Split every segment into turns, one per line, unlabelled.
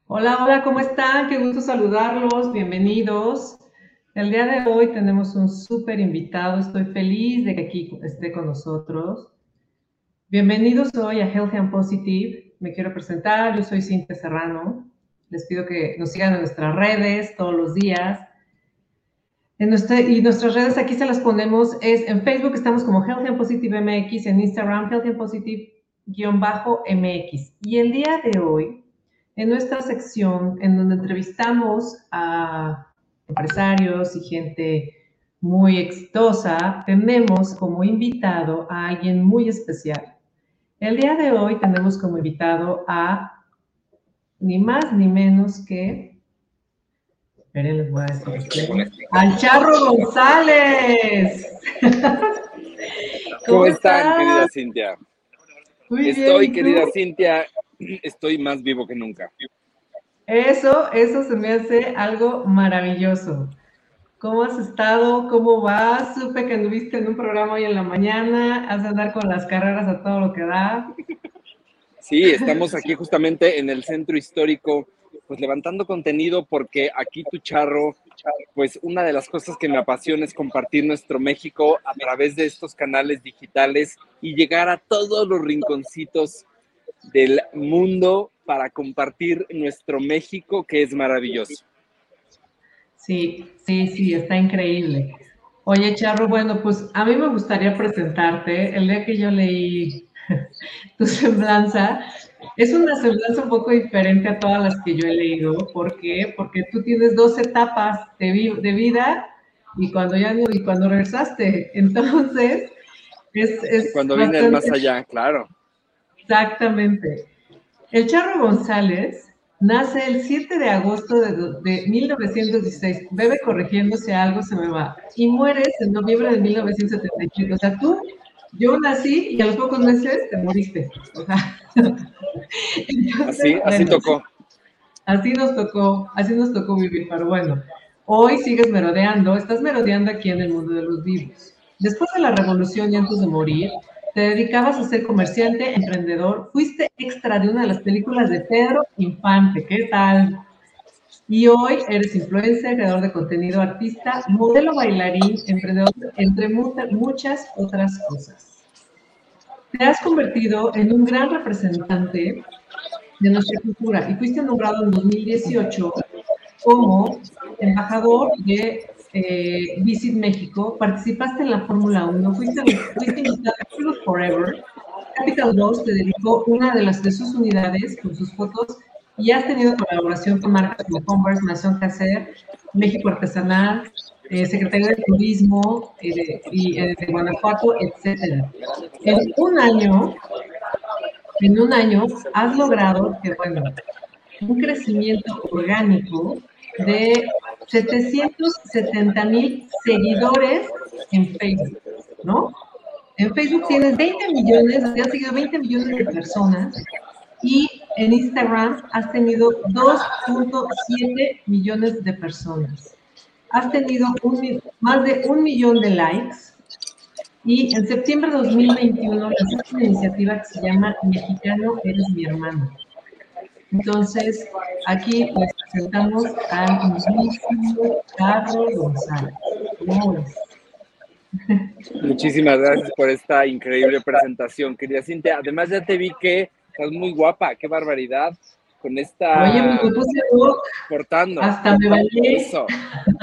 Hola, hola, ¿cómo están? Qué gusto saludarlos, bienvenidos. El día de hoy tenemos un súper invitado, estoy feliz de que aquí esté con nosotros. Bienvenidos hoy a Healthy and Positive. Me quiero presentar, yo soy Cintia Serrano. Les pido que nos sigan en nuestras redes todos los días. Y nuestras redes aquí se las ponemos, en Facebook estamos como Healthy and Positive MX, en Instagram Healthy and Positive-MX. Y el día de hoy, en nuestra sección en donde entrevistamos a empresarios y gente muy exitosa, tenemos como invitado a alguien muy especial. El día de hoy tenemos como invitado a ni más ni menos que, esperen, les voy a decir, al Charro González.
¿Cómo
¿Cómo
están, querida
estás?
Cintia?
Muy bien, ¿y tú?
Querida Cintia, estoy más vivo que nunca.
Eso se me hace algo maravilloso. ¿Cómo has estado? ¿Cómo vas? Supe que anduviste en un programa hoy en la mañana, has de andar con las carreras a todo lo que da.
Sí, estamos aquí justamente en el centro histórico, pues levantando contenido porque aquí tu charro, pues una de las cosas que me apasiona es compartir nuestro México a través de estos canales digitales y llegar a todos los rinconcitos del mundo para compartir nuestro México que es maravilloso.
Sí, sí, sí, está increíble. Oye, Charro, bueno, pues a mí me gustaría presentarte. El día que yo leí tu semblanza, es una semblanza un poco diferente a todas las que yo he leído. ¿Por qué? Porque tú tienes dos etapas de vida y cuando regresaste. Entonces, es
Cuando viene el
bastante
más allá, claro.
exactamente. El Charro González nace el 7 de agosto de 1916. Bebe corrigiendo si algo se me va. Y mueres en noviembre de 1977. O sea, yo nací y a los pocos meses te moriste. O sea, entonces,
Así
bueno,
tocó.
así nos tocó vivir, pero bueno, hoy sigues merodeando, estás merodeando aquí en el mundo de los vivos. Después de la revolución y antes de morir, te dedicabas a ser comerciante, emprendedor, fuiste extra de una de las películas de Pedro Infante, ¿qué tal? Y hoy eres influencer, creador de contenido, artista, modelo bailarín, emprendedor, entre muchas otras cosas. Te has convertido en un gran representante de nuestra cultura y fuiste nombrado en 2018 como embajador de Visit México, participaste en la Fórmula 1, fuiste invitado a Tour Forever, Capital Boss te dedicó una de sus unidades con sus fotos y has tenido colaboración con marcas como Converse, Maison Caser, México Artesanal, Secretaría de Turismo de Guanajuato, etcétera. En un año has logrado que, bueno, un crecimiento orgánico de 770,000 seguidores en Facebook, ¿no? En Facebook tienes 20 millones, te han seguido 20 millones de personas y en Instagram has tenido 2.7 millones de personas. Has tenido más de 1 millón de likes y en septiembre de 2021 lanzaste una iniciativa que se llama Mexicano Eres Mi Hermano. Entonces, aquí les presentamos al mismísimo Carlos González. ¿Cómo ves?
Muchísimas gracias por esta increíble presentación, querida Cintia. Además, ya te vi que estás muy guapa, qué barbaridad, con
Oye, pues
esta
me puse rock,
portando.
hasta me bañé.
Eso.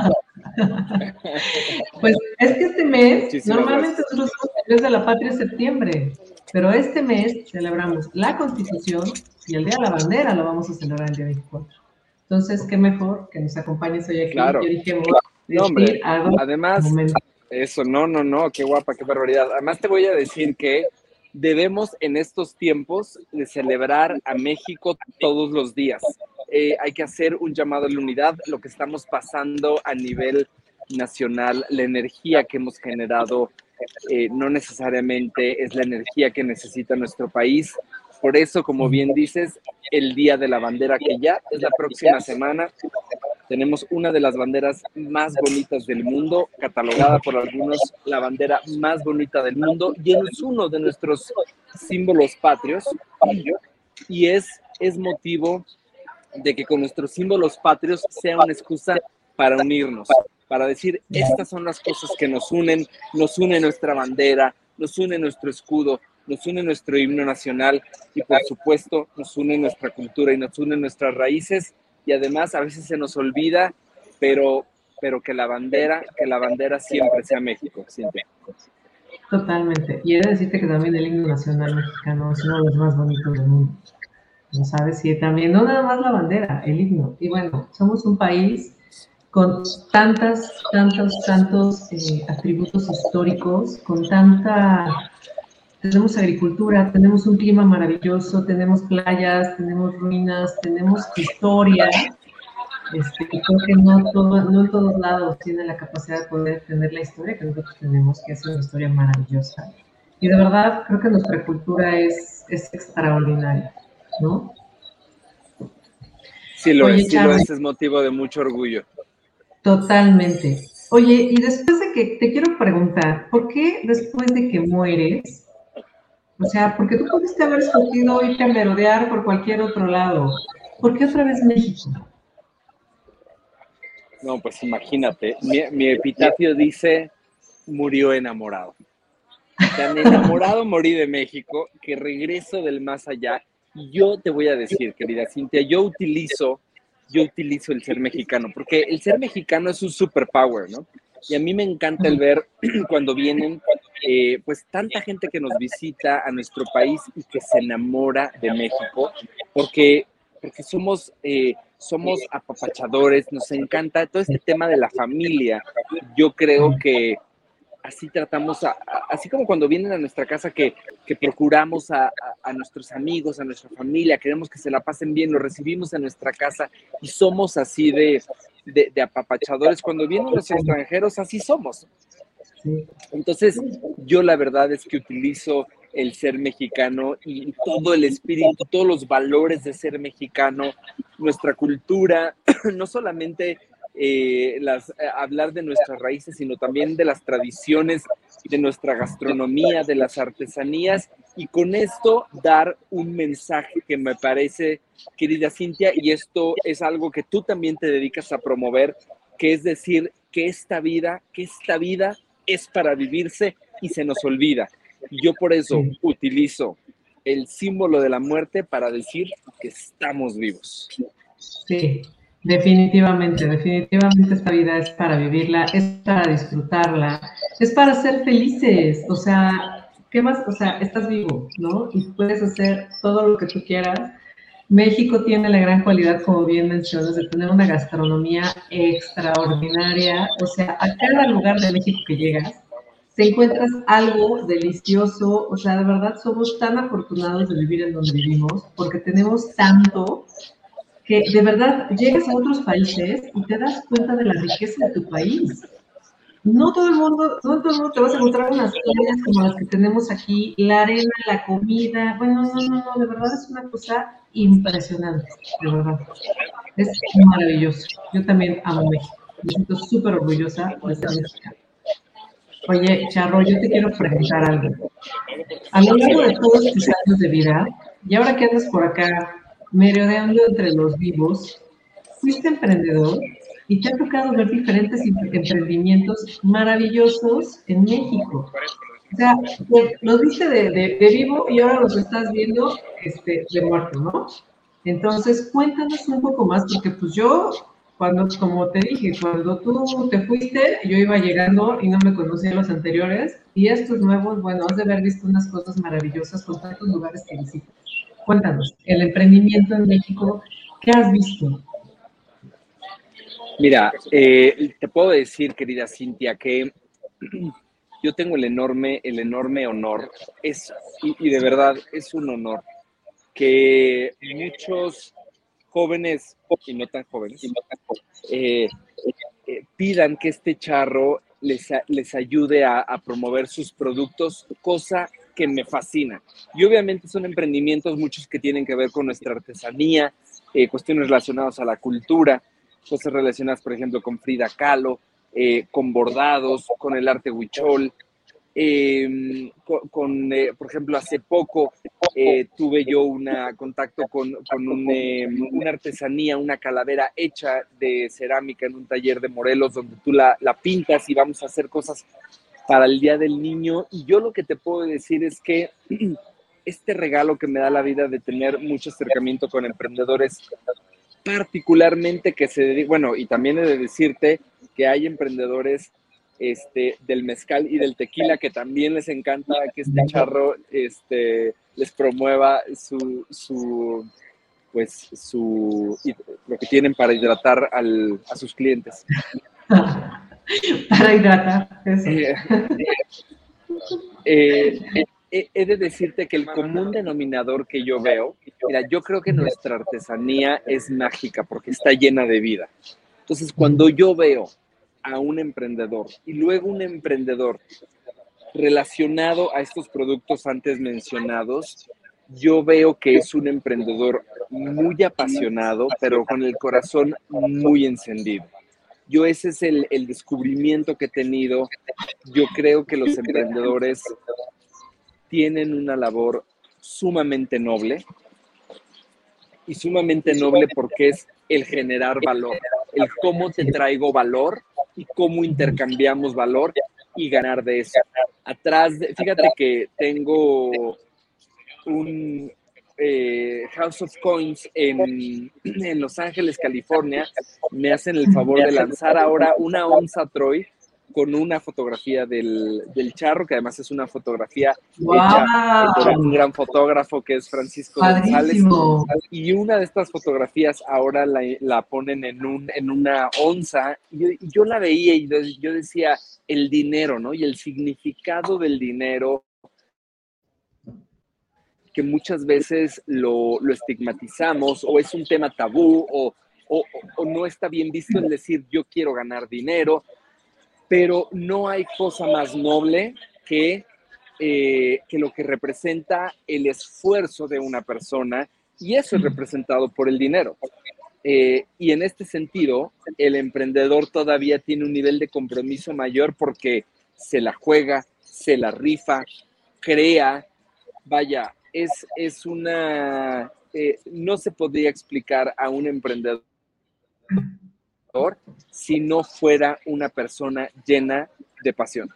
Pues es que este mes,
Muchísimas
normalmente
gracias.
nosotros somos el mes de la patria en septiembre, pero este mes celebramos la Constitución y el Día de la Bandera lo vamos a celebrar el día 24. Entonces, qué mejor que nos acompañes hoy aquí. Yo
Claro.
dije, me voy a
No,
vestir
hombre.
algo de
Además,
momento.
eso, no, qué guapa, qué barbaridad. Además, te voy a decir que debemos en estos tiempos de celebrar a México todos los días. Hay que hacer un llamado a la unidad, lo que estamos pasando a nivel nacional, la energía que hemos generado, no necesariamente es la energía que necesita nuestro país. Por eso, como bien dices, el Día de la Bandera, que ya es la próxima semana, tenemos una de las banderas más bonitas del mundo, catalogada por algunos la bandera más bonita del mundo, y es uno de nuestros símbolos patrios, y es motivo de que con nuestros símbolos patrios sea una excusa para unirnos, para decir, estas son las cosas que nos une nuestra bandera, nos une nuestro escudo, nos une nuestro himno nacional y por supuesto nos une nuestra cultura y nos une nuestras raíces y además a veces se nos olvida, pero que la bandera siempre sea México, Cintia.
Totalmente. Y he de decirte que también el himno nacional mexicano es uno de los más bonitos del mundo. ¿No sabes? Y también, no nada más la bandera, el himno. Y bueno, somos un país con tantos atributos históricos, tenemos agricultura, tenemos un clima maravilloso, tenemos playas, tenemos ruinas, tenemos historia. Y creo que no en todos lados tiene la capacidad de poder tener la historia que nosotros tenemos, que es una historia maravillosa. Y de verdad, creo que nuestra cultura es extraordinaria, ¿no?
Sí lo es, es motivo de mucho orgullo.
Totalmente. Oye, y después de que te quiero preguntar, ¿por qué después de que mueres, o sea, porque tú pudiste haber escogido irte a merodear por cualquier otro lado, ¿por qué otra vez México?
No, pues imagínate, mi epitafio dice, murió enamorado. Tan enamorado morí de México que regreso del más allá. Yo te voy a decir, querida Cintia, yo utilizo el ser mexicano, porque el ser mexicano es un superpower, ¿no? Y a mí me encanta el ver cuando vienen, pues, tanta gente que nos visita a nuestro país y que se enamora de México, porque somos apapachadores, nos encanta todo este tema de la familia. Yo creo que así tratamos, así como cuando vienen a nuestra casa que procuramos a nuestros amigos, a nuestra familia, queremos que se la pasen bien, los recibimos en nuestra casa y somos así de apapachadores. Cuando vienen los extranjeros, así somos. Entonces, yo la verdad es que utilizo el ser mexicano y todo el espíritu, todos los valores de ser mexicano, nuestra cultura, no solamente hablar de nuestras raíces, sino también de las tradiciones, de nuestra gastronomía, de las artesanías, y con esto dar un mensaje que me parece, querida Cintia, y esto es algo que tú también te dedicas a promover, que es decir que esta vida es para vivirse y se nos olvida. Yo por eso utilizo el símbolo de la muerte para decir que estamos vivos.
Sí, definitivamente esta vida es para vivirla, es para disfrutarla, es para ser felices. O sea, ¿qué más? O sea, estás vivo, ¿no? Y puedes hacer todo lo que tú quieras. México tiene la gran cualidad, como bien mencionas, de tener una gastronomía extraordinaria. O sea, a cada lugar de México que llegas, te encuentras algo delicioso. O sea, de verdad somos tan afortunados de vivir en donde vivimos, porque tenemos tanto que de verdad llegas a otros países y te das cuenta de la riqueza de tu país. No todo el mundo te vas a encontrar unas playas como las que tenemos aquí, la arena, la comida. Bueno, no, de verdad es una cosa impresionante, de verdad. Es maravilloso. Yo también amo México. Me siento súper orgullosa de ser mexicana. Oye, Charro, yo te quiero preguntar algo. A lo largo de todos tus años de vida, y ahora que andas por acá merodeando entre los vivos, fuiste emprendedor y te ha tocado ver diferentes emprendimientos maravillosos en México. O sea, los viste de vivo y ahora los estás viendo de muerto, ¿no? Entonces, cuéntanos un poco más, porque pues yo, como te dije, cuando tú te fuiste, yo iba llegando y no me conocía los anteriores, y estos nuevos, bueno, has de haber visto unas cosas maravillosas con tantos lugares que visitas. Cuéntanos, el emprendimiento en México, ¿qué has visto?
Mira, te puedo decir, querida Cintia, que yo tengo el enorme honor, y de verdad es un honor, que muchos jóvenes y no tan jóvenes pidan que este charro les ayude a promover sus productos, cosa que me fascina. Y obviamente son emprendimientos muchos que tienen que ver con nuestra artesanía, cuestiones relacionadas a la cultura, cosas relacionadas, por ejemplo, con Frida Kahlo, con bordados, con el arte huichol. Por ejemplo, hace poco tuve yo contacto con una artesanía, una calavera hecha de cerámica en un taller de Morelos, donde tú la pintas y vamos a hacer cosas para el Día del Niño. Y yo lo que te puedo decir es que este regalo que me da la vida de tener mucho acercamiento con emprendedores, particularmente que se dedican, bueno, y también he de decirte que hay emprendedores del mezcal y del tequila que también les encanta que este charro les promueva lo que tienen para hidratar a sus clientes.
Para hidratar, eso.
He de decirte que el común denominador que yo veo, mira, yo creo que nuestra artesanía es mágica porque está llena de vida. Entonces, cuando yo veo a un emprendedor y luego un emprendedor relacionado a estos productos antes mencionados, yo veo que es un emprendedor muy apasionado, pero con el corazón muy encendido. Yo ese es el descubrimiento que he tenido. Yo creo que los emprendedores tienen una labor sumamente noble, y sumamente noble porque es el generar valor, el cómo te traigo valor y cómo intercambiamos valor y ganar de eso. Fíjate que tengo un House of Coins en Los Ángeles, California. Me hacen el favor de lanzar ahora una onza Troy con una fotografía del charro, que además es una fotografía hecha por un gran fotógrafo que es Francisco González. Y una de estas fotografías ahora la ponen en una onza. Y yo la veía y yo decía, el dinero, ¿no? Y el significado del dinero, que muchas veces lo estigmatizamos, o es un tema tabú, o no está bien visto el decir yo quiero ganar dinero. Pero no hay cosa más noble que lo que representa el esfuerzo de una persona, y eso es representado por el dinero. Y en este sentido, el emprendedor todavía tiene un nivel de compromiso mayor porque se la juega, se la rifa, crea. Vaya, es una... no se podría explicar a un emprendedor si no fuera una persona llena de pasión.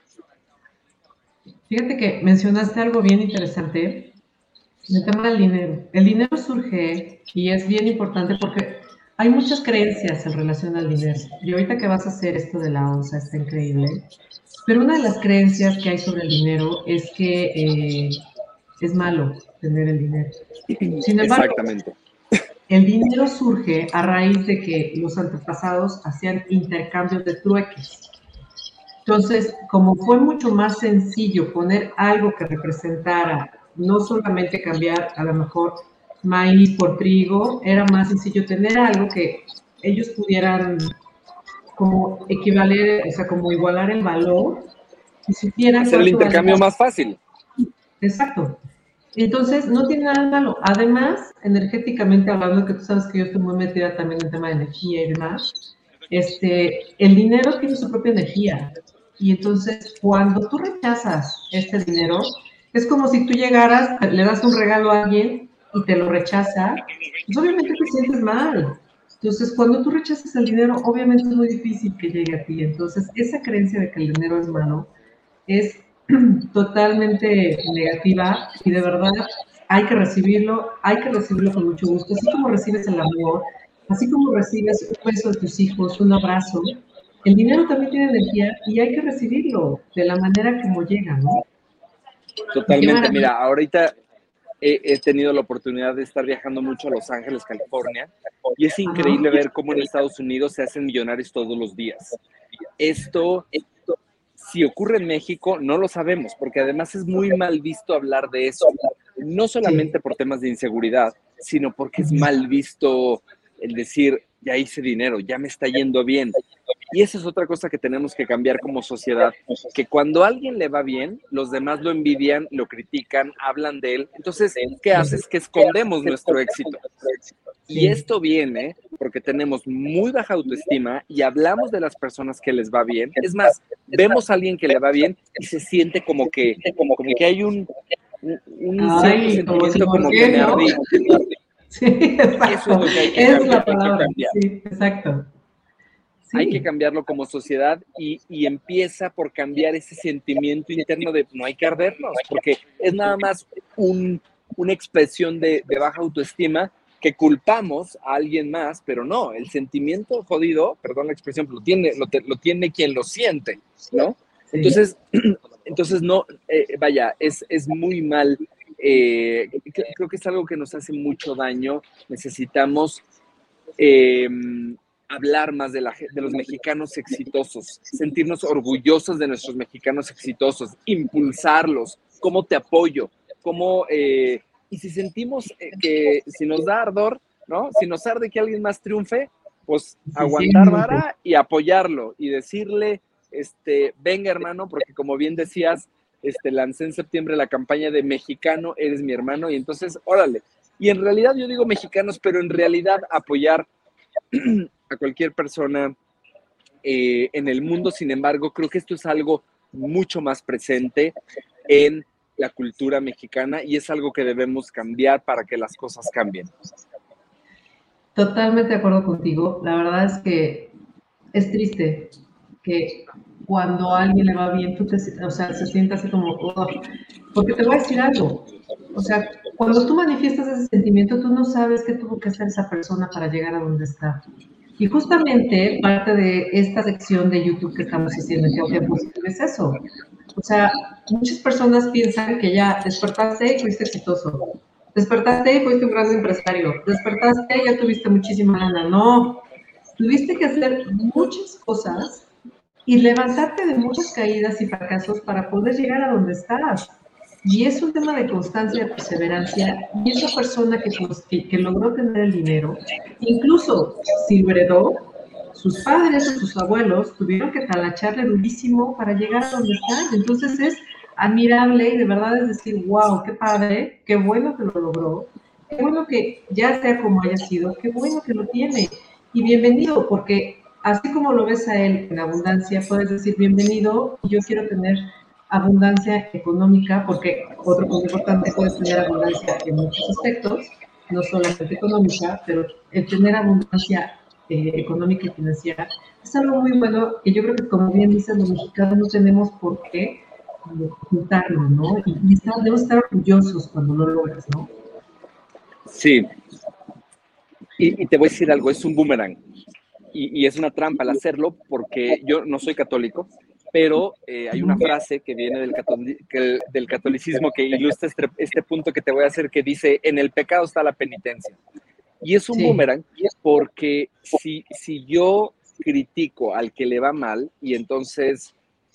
Fíjate que mencionaste algo bien interesante, el tema del dinero. El dinero surge y es bien importante porque hay muchas creencias en relación al dinero. Y ahorita que vas a hacer esto de la onza está increíble. Pero una de las creencias que hay sobre el dinero es que es malo tener el dinero. Sin embargo,
exactamente.
El dinero surge a raíz de que los antepasados hacían intercambios de trueques. Entonces, como fue mucho más sencillo poner algo que representara, no solamente cambiar a lo mejor maíz por trigo, era más sencillo tener algo que ellos pudieran como equivaler, o sea, como igualar el valor y supieran
hacer el intercambio más fácil.
Exacto. Entonces, no tiene nada de malo. Además, energéticamente hablando, que tú sabes que yo estoy muy metida también en el tema de energía y demás, el dinero tiene su propia energía. Y entonces, cuando tú rechazas este dinero, es como si tú llegaras, le das un regalo a alguien y te lo rechaza, pues obviamente te sientes mal. Entonces, cuando tú rechazas el dinero, obviamente es muy difícil que llegue a ti. Entonces, esa creencia de que el dinero es malo es totalmente negativa y de verdad hay que recibirlo con mucho gusto, así como recibes el amor, así como recibes un beso de tus hijos, un abrazo, el dinero también tiene energía y hay que recibirlo de la manera como llega, ¿no?
Totalmente, mira, ahorita he tenido la oportunidad de estar viajando mucho a Los Ángeles, California, y es increíble ver cómo en Estados Unidos se hacen millonarios todos los días. Esto, si ocurre en México, no lo sabemos, porque además es muy mal visto hablar de eso, no solamente por temas de inseguridad, sino porque es mal visto el decir, ya hice dinero, ya me está yendo bien. Y esa es otra cosa que tenemos que cambiar como sociedad, que cuando a alguien le va bien, los demás lo envidian, lo critican, hablan de él. Entonces, ¿qué haces? Que escondemos nuestro éxito. Y esto viene porque tenemos muy baja autoestima y hablamos de las personas que les va bien. Es más, vemos a alguien que le va bien y se siente como que hay un cierto sentimiento como que me ardí.
Sí, exacto.
Eso es lo que hay que
Es
cambiar.
la palabra. Sí, exacto. Sí.
Hay que cambiarlo como sociedad y empieza por cambiar ese sentimiento interno de no hay que ardernos, porque es nada más una expresión de baja autoestima que culpamos a alguien más, pero no, el sentimiento jodido, perdón la expresión, lo tiene quien lo siente, ¿no?
Sí.
Entonces no, vaya, es muy mal. Creo que es algo que nos hace mucho daño. Necesitamos hablar más de los mexicanos exitosos, sentirnos orgullosos de nuestros mexicanos exitosos, impulsarlos, cómo te apoyo, y si sentimos que si nos da ardor, ¿no? Si nos arde que alguien más triunfe, pues aguantar vara y apoyarlo y decirle, venga hermano, porque como bien decías, lancé en septiembre la campaña de Mexicano, eres mi hermano, y entonces, órale. Y en realidad yo digo mexicanos, pero en realidad apoyar a cualquier persona en el mundo. Sin embargo, creo que esto es algo mucho más presente en la cultura mexicana y es algo que debemos cambiar para que las cosas cambien.
Totalmente de acuerdo contigo. La verdad es que es triste que cuando a alguien le va bien, se sienta así como, porque te voy a decir algo. O sea, cuando tú manifiestas ese sentimiento, tú no sabes qué tuvo que hacer esa persona para llegar a donde está. Y justamente parte de esta sección de YouTube que estamos haciendo en Geografía Positiva es eso. O sea, muchas personas piensan que ya despertaste y fuiste exitoso. Despertaste y fuiste un gran empresario. Despertaste y ya tuviste muchísima lana. No, tuviste que hacer muchas cosas y levantarte de muchas caídas y fracasos para poder llegar a donde estás. Y es un tema de constancia, de perseverancia, y esa persona que logró tener el dinero, incluso si lo heredó, sus padres o sus abuelos tuvieron que talacharle durísimo para llegar a donde está. Entonces es admirable y de verdad es decir, wow, qué padre, qué bueno que lo logró, qué bueno que ya sea como haya sido, qué bueno que lo tiene. Y bienvenido, porque así como lo ves a él en abundancia, puedes decir bienvenido, yo quiero tener abundancia económica, porque otro punto importante, puedes tener abundancia en muchos aspectos, no solamente económica, pero el tener abundancia económica y financiera es algo muy bueno que yo creo que, como bien dicen los mexicanos, no tenemos por qué juntarnos, ¿no? Y debemos estar orgullosos cuando lo logras, ¿no?
Sí. Y te voy a decir algo, es un boomerang. Y es una trampa al hacerlo porque yo no soy católico, pero hay una frase que viene del catolicismo que ilustra este punto que te voy a hacer, que dice, en el pecado está la penitencia. Y es un boomerang porque si yo critico al que le va mal y entonces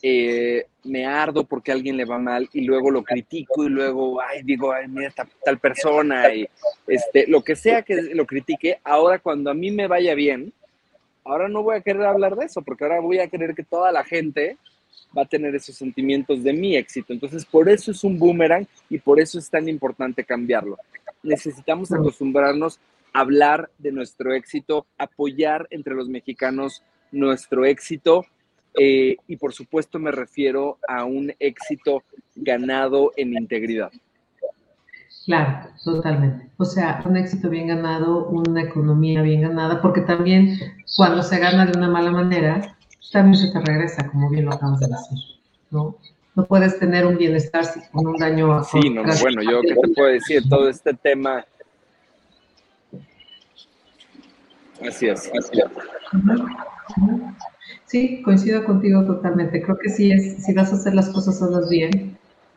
me ardo porque a alguien le va mal y luego lo critico y luego, digo, mira, tal persona, y lo que sea que lo critique, ahora cuando a mí me vaya bien, ahora no voy a querer hablar de eso, porque ahora voy a querer que toda la gente va a tener esos sentimientos de mi éxito. Entonces, por eso es un boomerang y por eso es tan importante cambiarlo. Necesitamos acostumbrarnos a hablar de nuestro éxito, apoyar entre los mexicanos nuestro éxito, y por supuesto me refiero a un éxito ganado en integridad.
Claro, totalmente. O sea, un éxito bien ganado, una economía bien ganada, porque también cuando se gana de una mala manera, también se te regresa, como bien lo acabas de decir, ¿no? No puedes tener un bienestar con un daño a...
Sí, no, bueno, yo qué te puedo decir, todo este tema... Así es.
Sí, coincido contigo totalmente. Creo que si vas a hacer las cosas solas bien,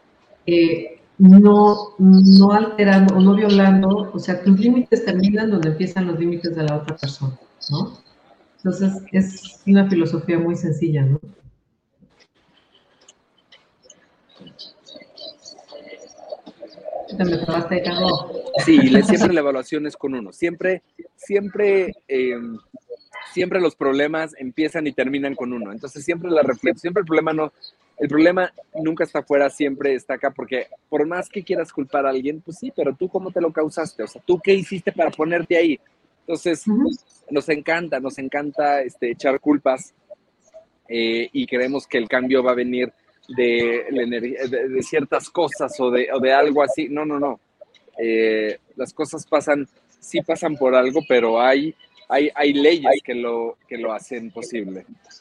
no alterando o no violando, o sea, tus límites terminan donde empiezan los límites de la otra persona, ¿no? Entonces, es una filosofía muy sencilla, ¿no? ¿Te me acabaste de cago?
Sí, siempre la evaluación es con uno. Siempre siempre los problemas empiezan y terminan con uno. Entonces siempre la reflexión, siempre el problema nunca está afuera, siempre está acá, porque por más que quieras culpar a alguien, pues sí, pero tú cómo te lo causaste, o sea, tú qué hiciste para ponerte ahí. Entonces, nos encanta echar culpas y creemos que el cambio va a venir de la energía, de ciertas cosas o de algo así. No, no, no. Las cosas sí pasan por algo, pero hay leyes que lo hacen posible.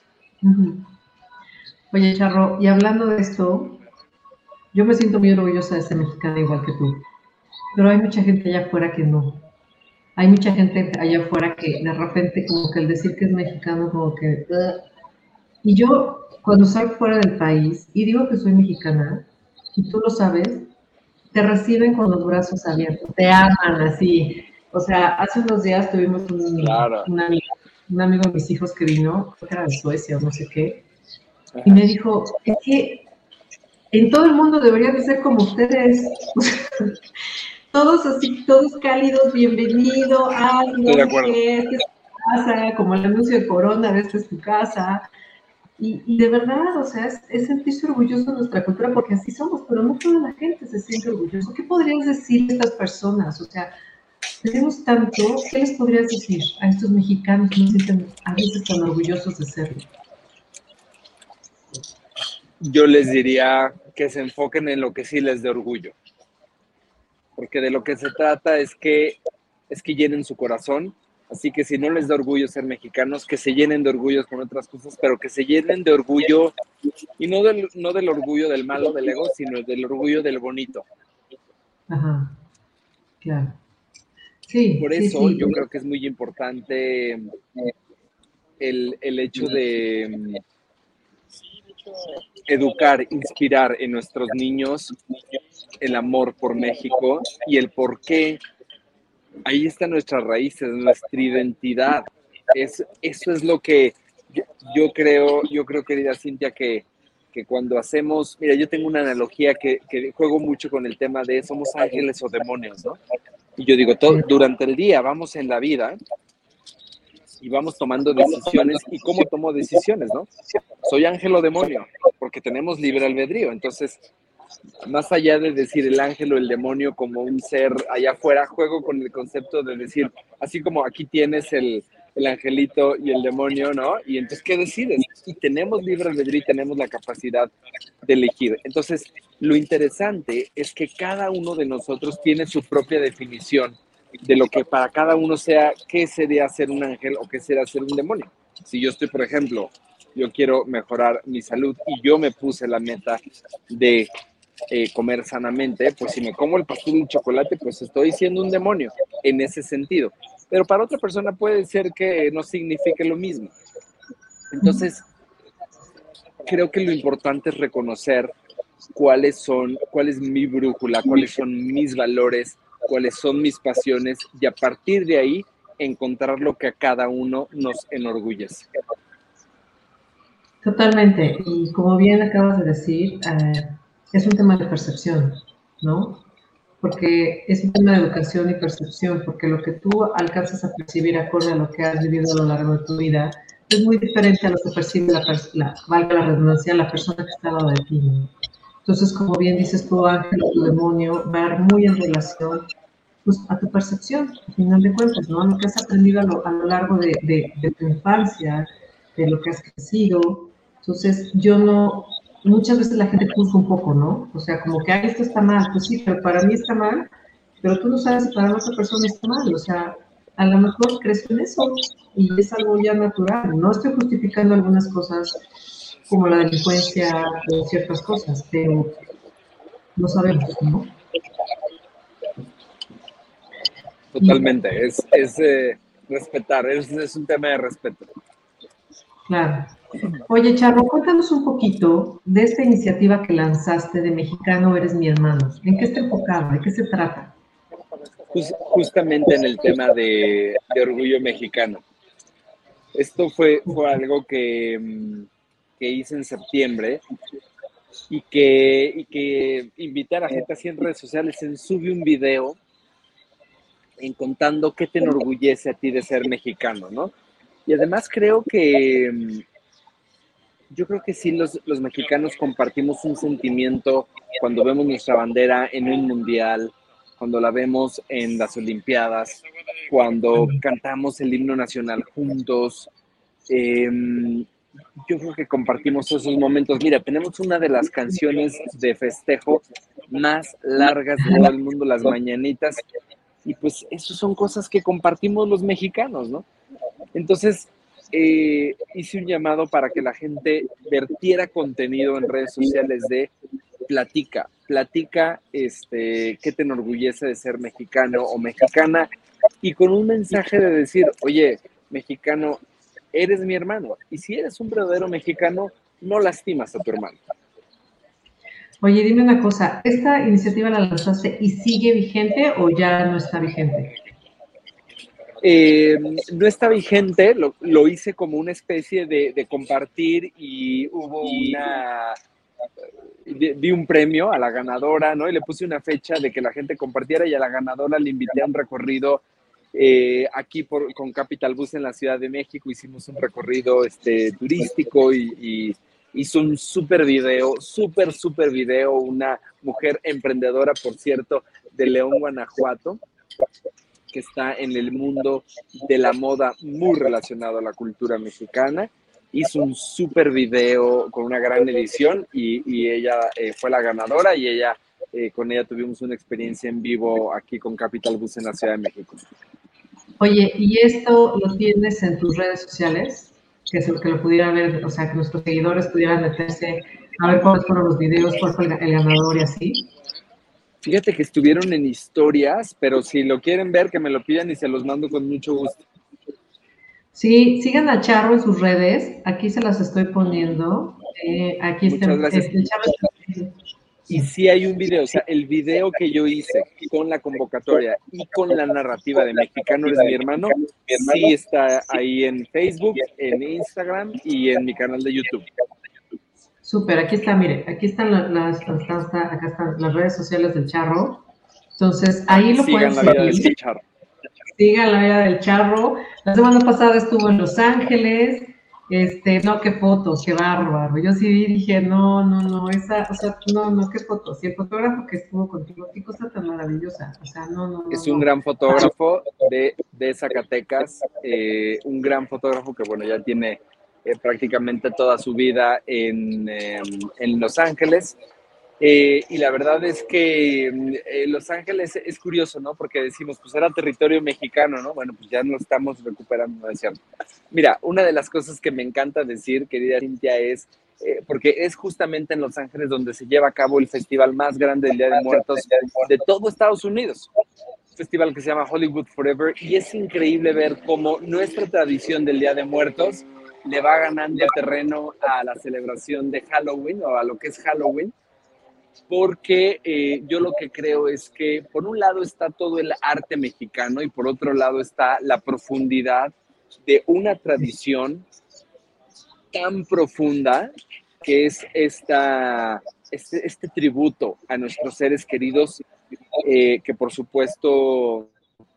Oye, Charro, y hablando de esto, yo me siento muy orgullosa de ser mexicana igual que tú, pero hay mucha gente allá afuera que no. Hay mucha gente allá afuera que de repente como que el decir que es mexicano como que... Y yo cuando salgo fuera del país y digo que soy mexicana, y tú lo sabes, te reciben con los brazos abiertos, te aman así. O sea, hace unos días tuvimos un amigo de mis hijos que vino, creo que era de Suecia o no sé qué, y me dijo, es que en todo el mundo deberían de ser como ustedes. Todos así, todos cálidos, bienvenido, no sé qué, esta es tu casa, como el anuncio de Corona, esta es tu casa. Y de verdad, o sea, es sentirse orgulloso de nuestra cultura, porque así somos, pero no toda la gente se siente orgulloso. ¿Qué podrías decir a estas personas? O sea, tenemos tanto, ¿qué les podrías decir a estos mexicanos que no se sienten a veces tan orgullosos de serlo?
Yo les diría que se enfoquen en lo que sí les dé orgullo, porque de lo que se trata es que llenen su corazón. Así que si no les da orgullo ser mexicanos, que se llenen de orgullos con otras cosas, pero que se llenen de orgullo, y no del orgullo del malo, del ego, sino del orgullo del bonito.
Ajá, claro. Sí,
por
sí,
eso
sí.
yo creo que es muy importante el hecho de educar, inspirar en nuestros niños el amor por México y el por qué. Ahí están nuestras raíces, nuestra identidad. Eso es lo que yo creo, querida Cintia, que cuando hacemos, mira, yo tengo una analogía que juego mucho con el tema de somos ángeles o demonios, ¿no? Y yo digo, durante el día vamos en la vida y vamos tomando decisiones. ¿Y cómo tomo decisiones, no? Soy ángel o demonio, porque tenemos libre albedrío. Entonces, más allá de decir el ángel o el demonio como un ser allá afuera, juego con el concepto de decir, así como aquí tienes el angelito y el demonio, ¿no? Y entonces, ¿qué decides? Y tenemos libre albedrío y tenemos la capacidad de elegir. Entonces, lo interesante es que cada uno de nosotros tiene su propia definición de lo que para cada uno sea qué sería ser un ángel o qué sería ser un demonio. Si yo estoy, por ejemplo, yo quiero mejorar mi salud y yo me puse la meta de comer sanamente, pues si me como el pastel de chocolate, pues estoy siendo un demonio en ese sentido. Pero para otra persona puede ser que no signifique lo mismo. Entonces, creo que lo importante es reconocer cuál es mi brújula, cuáles son mis valores, cuáles son mis pasiones y a partir de ahí encontrar lo que a cada uno nos enorgullece.
Totalmente. Y como bien acabas de decir, es un tema de percepción, ¿no? Porque es un tema de educación y percepción, porque lo que tú alcanzas a percibir acorde a lo que has vivido a lo largo de tu vida es muy diferente a lo que percibe valga la redundancia, la persona que está al lado de ti, ¿no? Entonces, como bien dices tú, ángel o tu demonio, va a ir muy en relación pues, a tu percepción, al final de cuentas, ¿no? A lo que has aprendido a lo largo de tu infancia, de lo que has crecido. Entonces, muchas veces la gente juzga un poco, ¿no? O sea, como que, esto está mal, pues sí, pero para mí está mal, pero tú no sabes si para la otra persona está mal, o sea, a lo mejor crees en eso y es algo ya natural. No estoy justificando algunas cosas como la delincuencia o ciertas cosas, pero no sabemos, ¿no?
Totalmente, es respetar, es un tema de respeto.
Claro. Oye, Charro, cuéntanos un poquito de esta iniciativa que lanzaste de Mexicano Eres Mi Hermano. ¿En qué está enfocada? ¿De qué se trata?
Justamente en el tema de orgullo mexicano. Esto fue algo que hice en septiembre y que invité a la gente así en redes sociales, sube un video en contando qué te enorgullece a ti de ser mexicano, ¿no? Y además creo que, yo creo que sí los mexicanos compartimos un sentimiento cuando vemos nuestra bandera en un mundial, cuando la vemos en las Olimpiadas, cuando cantamos el himno nacional juntos. Eh, yo creo que compartimos esos momentos. Mira, tenemos una de las canciones de festejo más largas de todo el mundo, las mañanitas, y pues eso son cosas que compartimos los mexicanos, ¿no? Entonces, hice un llamado para que la gente vertiera contenido en redes sociales de platica, qué te enorgullece de ser mexicano o mexicana, y con un mensaje de decir, oye, mexicano, eres mi hermano, y si eres un verdadero mexicano, no lastimas a tu hermano.
Oye, dime una cosa, ¿esta iniciativa la lanzaste y sigue vigente o ya no está vigente?
No está vigente, lo hice como una especie de compartir y hubo di un premio a la ganadora, ¿no? Y le puse una fecha de que la gente compartiera y a la ganadora le invité a un recorrido aquí con Capital Bus en la Ciudad de México. Hicimos un recorrido turístico y hizo un súper video, una mujer emprendedora, por cierto, de León, Guanajuato, que está en el mundo de la moda muy relacionado a la cultura mexicana. Hizo un súper video con una gran edición y ella fue la ganadora y con ella tuvimos una experiencia en vivo aquí con Capital Bus en la Ciudad de México.
Oye, ¿y esto lo tienes en tus redes sociales? Que lo pudieran ver, o sea, que nuestros seguidores pudieran meterse a ver cuáles fueron los videos, cuál fue el ganador y así.
Fíjate que estuvieron en historias, pero si lo quieren ver, que me lo pidan y se los mando con mucho gusto.
Sí, sigan a Charro en sus redes. Aquí se las estoy poniendo. Aquí está
Muchas gracias.
el Charro.
Y sí hay un video, o sea, el video que yo hice con la convocatoria y con la narrativa de Mexicano eres mi hermano, sí está ahí en Facebook, en Instagram y en mi canal de YouTube.
Súper, aquí está, mire, aquí están acá están las redes sociales del Charro. Entonces, ahí lo pueden
Sigan la vida
seguir.
del Charro.
Sigan la vida del Charro. La semana pasada estuvo en Los Ángeles. No, qué fotos, qué bárbaro. Yo sí dije, no, qué fotos. Y el fotógrafo que estuvo contigo, qué cosa tan maravillosa. O sea, no.
Es un gran fotógrafo de Zacatecas, un gran fotógrafo que, bueno, ya tiene prácticamente toda su vida en Los Ángeles. Y la verdad es que Los Ángeles es curioso, ¿no? Porque decimos, pues era territorio mexicano, ¿no? Bueno, pues ya nos estamos recuperando, ¿no es cierto? Mira, una de las cosas que me encanta decir, querida Cintia, es, porque es justamente en Los Ángeles donde se lleva a cabo el festival más grande del Día de Muertos de todo Estados Unidos. Un festival que se llama Hollywood Forever, y es increíble ver cómo nuestra tradición del Día de Muertos le va ganando terreno a la celebración de Halloween o a lo que es Halloween, porque yo lo que creo es que por un lado está todo el arte mexicano y por otro lado está la profundidad de una tradición tan profunda que es este tributo a nuestros seres queridos, que por supuesto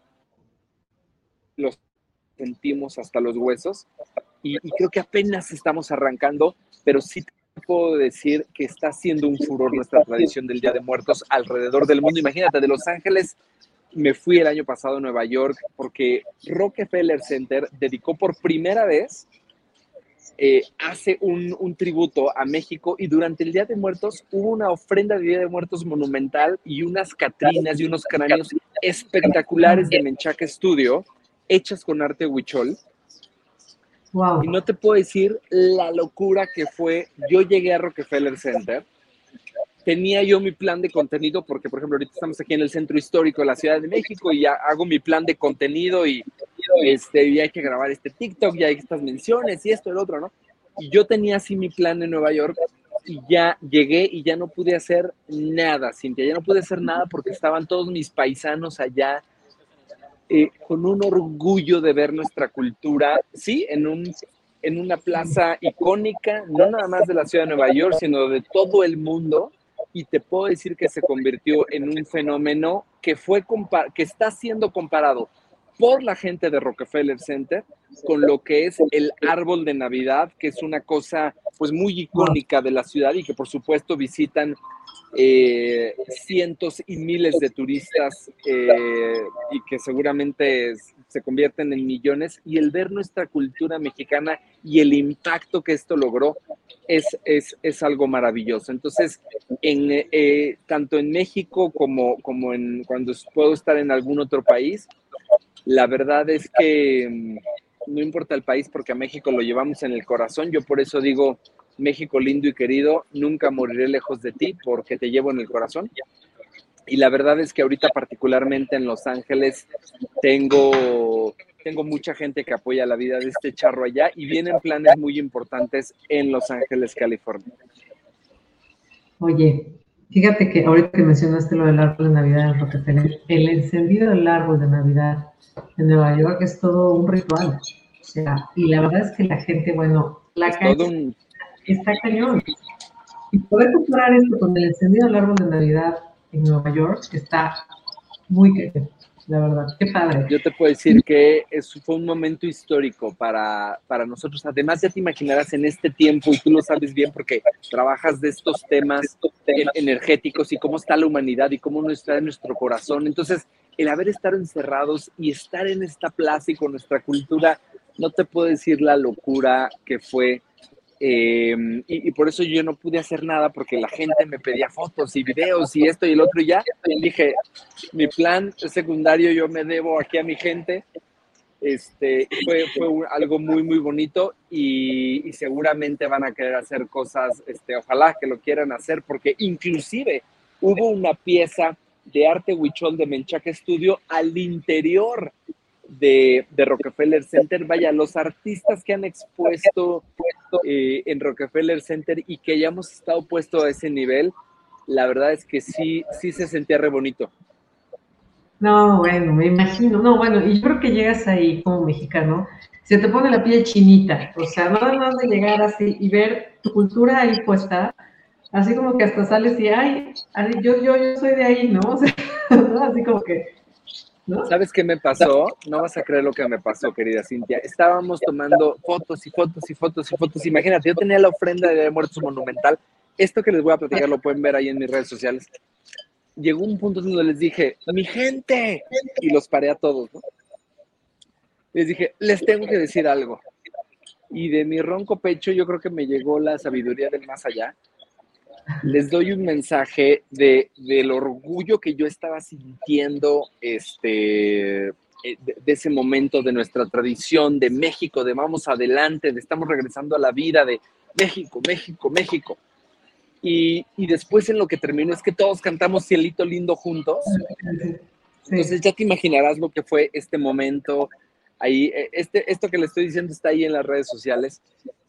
los sentimos hasta los huesos, y creo que apenas estamos arrancando, pero sí puedo decir que está haciendo un furor nuestra tradición del Día de Muertos alrededor del mundo. Imagínate, de Los Ángeles me fui el año pasado a Nueva York porque Rockefeller Center dedicó por primera vez, hace un tributo a México, y durante el Día de Muertos hubo una ofrenda de Día de Muertos monumental y unas catrinas y unos cráneos espectaculares de Menchaca Studio hechas con arte huichol.
Wow.
Y no te puedo decir la locura que fue. Yo llegué a Rockefeller Center, tenía yo mi plan de contenido, porque por ejemplo ahorita estamos aquí en el centro histórico de la Ciudad de México y ya hago mi plan de contenido y hay que grabar este TikTok, ya hay estas menciones y esto y lo otro, ¿no? Y yo tenía así mi plan en Nueva York y ya llegué y ya no pude hacer nada, Cintia, ya no pude hacer nada porque estaban todos mis paisanos allá, con un orgullo de ver nuestra cultura, sí, en una plaza icónica, no nada más de la ciudad de Nueva York, sino de todo el mundo, y te puedo decir que se convirtió en un fenómeno que está siendo comparado por la gente de Rockefeller Center con lo que es el árbol de Navidad, que es una cosa pues muy icónica de la ciudad y que por supuesto visitan cientos y miles de turistas y que seguramente se convierten en millones, y el ver nuestra cultura mexicana y el impacto que esto logró es algo maravilloso. Entonces, tanto en México como cuando puedo estar en algún otro país, la verdad es que no importa el país, porque a México lo llevamos en el corazón. Yo por eso digo, México lindo y querido, nunca moriré lejos de ti porque te llevo en el corazón. Y la verdad es que ahorita particularmente en Los Ángeles tengo mucha gente que apoya la vida de este charro allá y vienen planes muy importantes en Los Ángeles, California.
Oye, fíjate que ahorita que mencionaste lo del árbol de Navidad en Rockefeller, el encendido del árbol de Navidad en Nueva York es todo un ritual. O sea, y la verdad es que la gente, bueno, la calle está cañón. Y poder comparar esto con el encendido del árbol de Navidad en Nueva York está muy cañón, la verdad. Qué padre.
Yo te puedo decir que fue un momento histórico para nosotros. Además, ya te imaginarás en este tiempo, y tú lo sabes bien porque trabajas de estos temas energéticos y cómo está la humanidad y cómo no está en nuestro corazón. Entonces, el haber estado encerrados y estar en esta plaza y con nuestra cultura, no te puedo decir la locura que fue. Y por eso yo no pude hacer nada, porque la gente me pedía fotos y videos y esto y el otro, y ya dije, mi plan secundario, yo me debo aquí a mi gente. Fue algo muy, muy bonito y seguramente van a querer hacer cosas, ojalá que lo quieran hacer, porque inclusive hubo una pieza de arte huichol de Menchaca Studio al interior de Rockefeller Center. Vaya, los artistas que han expuesto en Rockefeller Center y que hayamos estado puesto a ese nivel, la verdad es que sí se sentía re bonito.
No, bueno, me imagino. No, bueno, y yo creo que llegas ahí como mexicano, se te pone la piel chinita. O sea, nada más de llegar así y ver tu cultura ahí puesta, así como que hasta sales y, ay, yo soy de ahí, ¿no? O sea, ¿no? Así como que, ¿no?
¿Sabes qué me pasó? No vas a creer lo que me pasó, querida Cintia. Estábamos tomando fotos y fotos y fotos y fotos. Imagínate, yo tenía la ofrenda de muertos monumental. Esto que les voy a platicar lo pueden ver ahí en mis redes sociales. Llegó un punto donde les dije, mi gente, y los paré a todos, ¿no? Les dije, les tengo que decir algo. Y de mi ronco pecho yo creo que me llegó la sabiduría del más allá. Les doy un mensaje del orgullo que yo estaba sintiendo de ese momento, de nuestra tradición, de México, de vamos adelante, de estamos regresando a la vida, de México, México, México. Y después en lo que terminó es que todos cantamos Cielito Lindo juntos. Entonces ya te imaginarás lo que fue este momento. Ahí, esto que le estoy diciendo está ahí en las redes sociales.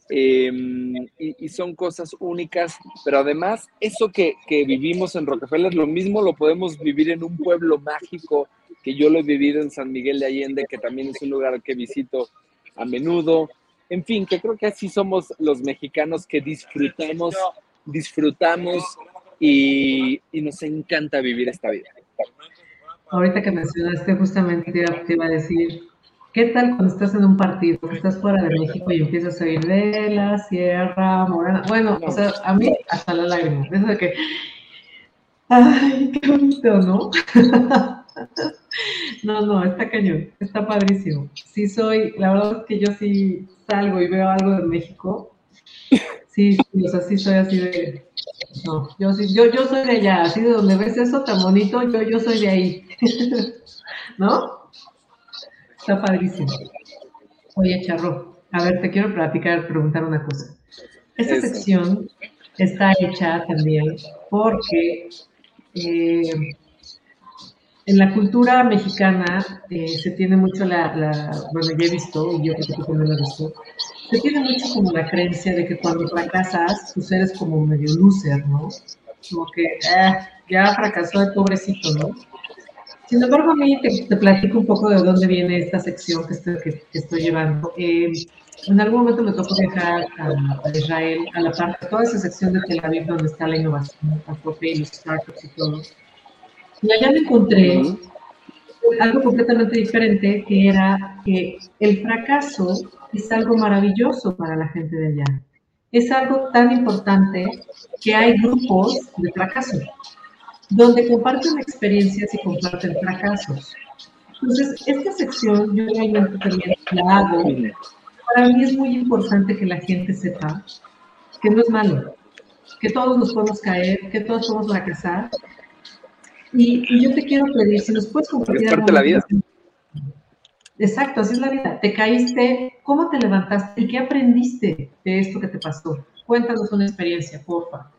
Y son cosas únicas, pero además eso que vivimos en Rockefeller, lo mismo lo podemos vivir en un pueblo mágico, que yo lo he vivido en San Miguel de Allende, que también es un lugar que visito a menudo. En fin, que creo que así somos los mexicanos, que disfrutamos y nos encanta vivir esta vida.
Ahorita que mencionaste, justamente te iba a decir, ¿qué tal cuando estás en un partido, que estás fuera de México y empiezas a oír de la Sierra Morena? Bueno, no. O sea, a mí hasta la lágrima, eso de que, ay, qué bonito, ¿no? No, está cañón, está padrísimo. Sí soy, la verdad es que yo sí salgo y veo algo de México, sí, o sea, sí soy así de, no, yo soy de allá, así de donde ves eso tan bonito, yo soy de ahí, ¿no? Está padrísimo. Oye, Charro, a ver, te quiero preguntar una cosa. Esta sección está hecha también porque en la cultura mexicana se tiene mucho bueno, ya he visto, y yo creo que tú también lo has visto, se tiene mucho como la creencia de que cuando fracasas, pues eres como medio loser, ¿no? Como que ya fracasó el pobrecito, ¿no? Sin embargo, a mí te platico un poco de dónde viene esta sección que estoy llevando. En algún momento me tocó viajar a Israel, a la parte, toda esa sección de Tel Aviv donde está la innovación, a tope y los startups y todo. Y allá me encontré algo completamente diferente, que era que el fracaso es algo maravilloso para la gente de allá. Es algo tan importante que hay grupos de fracaso, donde comparten experiencias y comparten fracasos. Entonces, esta sección yo realmente también la hago. Para mí es muy importante que la gente sepa que no es malo, que todos nos podemos caer, que todos podemos fracasar. Y yo te quiero pedir, si nos puedes
Porque es
compartir algo
parte de la
más.
vida.
Exacto, así es la vida. Te caíste, ¿cómo te levantaste y qué aprendiste de esto que te pasó? Cuéntanos una experiencia, porfa.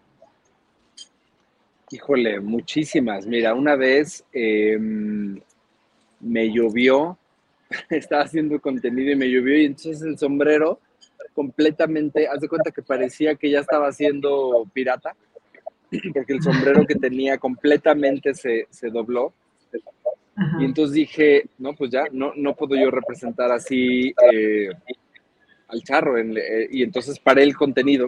Híjole, muchísimas. Mira, una vez me llovió, estaba haciendo contenido y me llovió y entonces el sombrero completamente, haz de cuenta que parecía que ya estaba siendo pirata, porque el sombrero que tenía completamente se dobló.
Ajá.
Y entonces dije, no, pues ya, no puedo yo representar así al charro. Y entonces paré el contenido.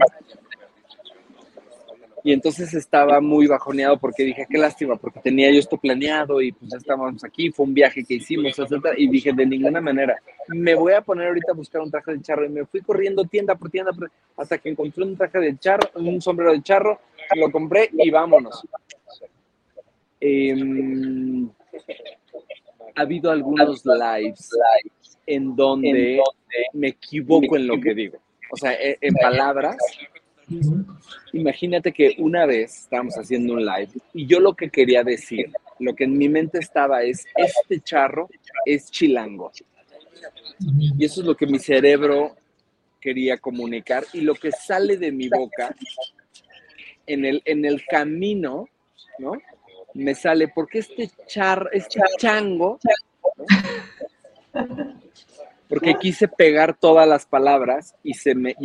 Y entonces estaba muy bajoneado porque dije, qué lástima, porque tenía yo esto planeado y pues ya estábamos aquí, fue un viaje que hicimos, etcétera. Y dije, de ninguna manera, me voy a poner ahorita a buscar un traje de charro. Y me fui corriendo tienda por tienda hasta que encontré un traje de charro, un sombrero de charro, lo compré y vámonos. Ha habido algunos lives en donde me equivoco en lo que digo. O sea, en palabras. Imagínate que una vez estábamos haciendo un live y yo lo que quería decir, lo que en mi mente estaba es, este charro es chilango. Y eso es lo que mi cerebro quería comunicar y lo que sale de mi boca en el camino, ¿no? Me sale, porque este chango, ¿no? Porque quise pegar todas las palabras y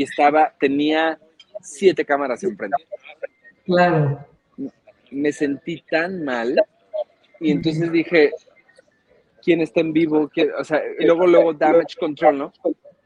tenía 7 cámaras enfrente.
Claro.
Me sentí tan mal y entonces dije, ¿quién está en vivo? O sea, luego damage control, ¿no?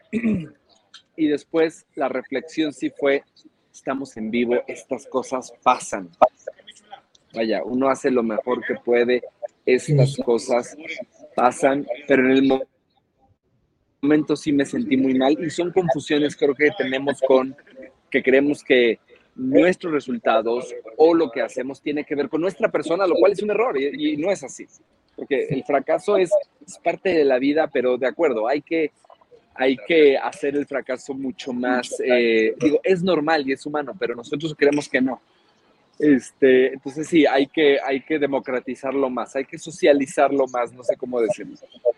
Y después la reflexión sí fue, estamos en vivo, estas cosas pasan. Vaya, uno hace lo mejor que puede, estas cosas pasan, pero en el momento sí me sentí muy mal y son confusiones creo que tenemos que creemos que nuestros resultados o lo que hacemos tiene que ver con nuestra persona, lo cual es un error y no es así, porque el fracaso es parte de la vida, pero de acuerdo, hay que hacer el fracaso mucho más, es normal y es humano, pero nosotros creemos que no. Entonces sí, hay que democratizarlo más, hay que socializarlo más, no sé cómo decirlo.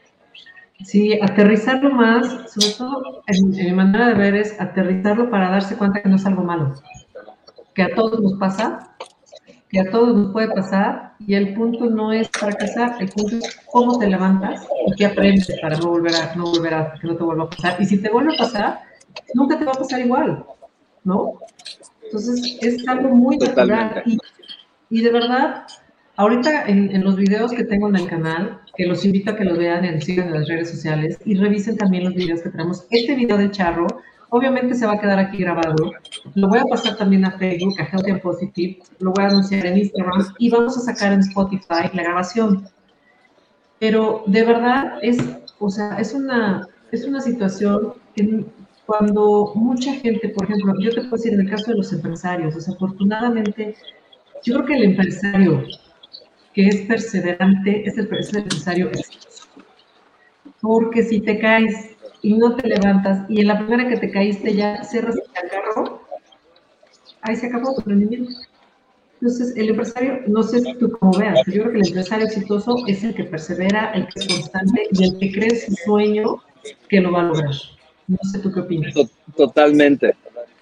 Sí, aterrizarlo más, sobre todo en mi manera de ver es aterrizarlo para darse cuenta que no es algo malo, que a todos nos pasa, que a todos nos puede pasar y el punto no es fracasar, el punto es cómo te levantas y qué aprendes para que no te vuelva a pasar. Y si te vuelve a pasar, nunca te va a pasar igual, ¿no? Entonces es algo muy natural y de verdad, ahorita en los videos que tengo en el canal, que los invito a que los vean y sigan en las redes sociales y revisen también los videos que tenemos. Este video del charro, obviamente se va a quedar aquí grabado. Lo voy a pasar también a Facebook, a Healthy and Positive, lo voy a anunciar en Instagram y vamos a sacar en Spotify la grabación. Pero de verdad o sea, es una situación que cuando mucha gente, por ejemplo, yo te puedo decir en el caso de los empresarios, desafortunadamente, yo creo que el empresario que es perseverante es el empresario exitoso. Porque si te caes y no te levantas y en la primera que te caíste ya cierras el carro, ahí se acabó tu rendimiento. Entonces, el empresario, no sé si tú cómo veas, pero yo creo que el empresario exitoso es el que persevera, el que es constante y el que cree en su sueño que lo va a lograr. No sé tú qué opinas.
Totalmente.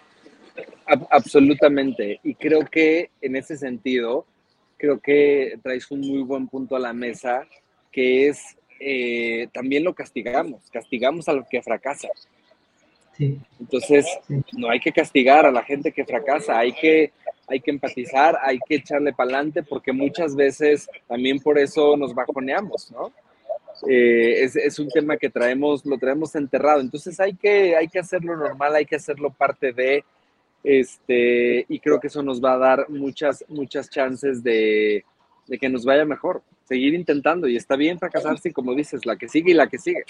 Absolutamente. Y creo que en ese sentido, creo que traes un muy buen punto a la mesa, que es también lo castigamos a los que fracasan.
Sí.
Entonces, no hay que castigar a la gente que fracasa, hay que empatizar, hay que echarle para adelante, porque muchas veces también por eso nos bajoneamos, ¿no? Es un tema que lo traemos enterrado, entonces hay que hacerlo normal, hay que hacerlo parte de, y creo que eso nos va a dar muchas chances de que nos vaya mejor. seguir intentando, y está bien fracasarse, y como dices, la que sigue y la que sigue.